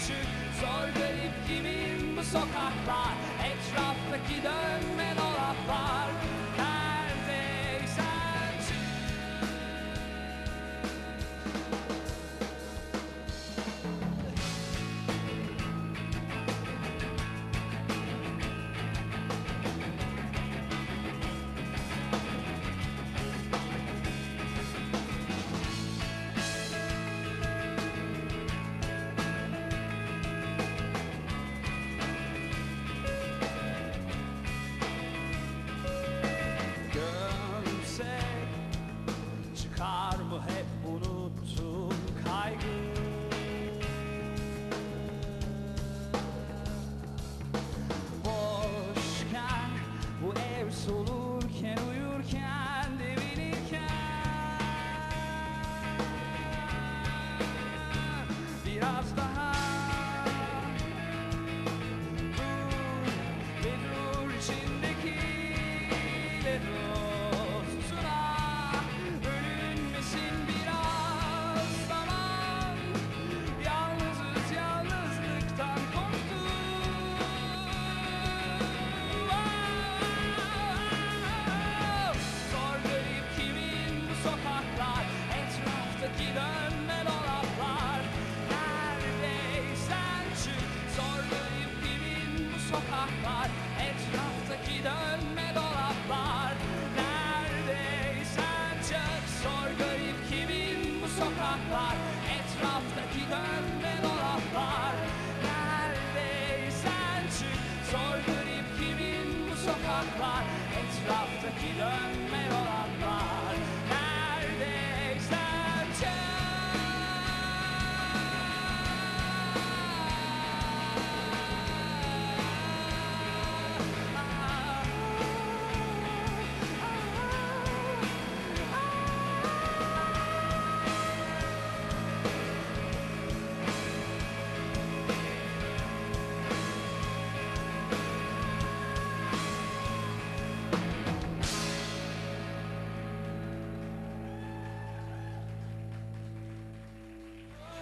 çık. Zor garip kimin bu sokaklar, etraftaki dönme dolaplar. Neredeysen çık. Gömsek çıkar mı hep unuttuğum kaygı? Boşken bu ev solurken, uyurken, devinirken biraz daha dur ve dur içindekiyle dostuna. Bölünmesin biraz zaman, yalnızız yalnızlıktan korktuk. Zor garip kimin bu sokaklar, etraftaki dönme dolaplar. Neredeysen çık. Zor garip kimin bu sokaklar, etraftaki dönme dolaplar. Neredeysen çık. Zor garip kimin bu sokaklar, etraftaki dönme dolaplar. Neredeysen çık. Zor garip kimin bu sokaklar, etraftaki dönme dolaplar.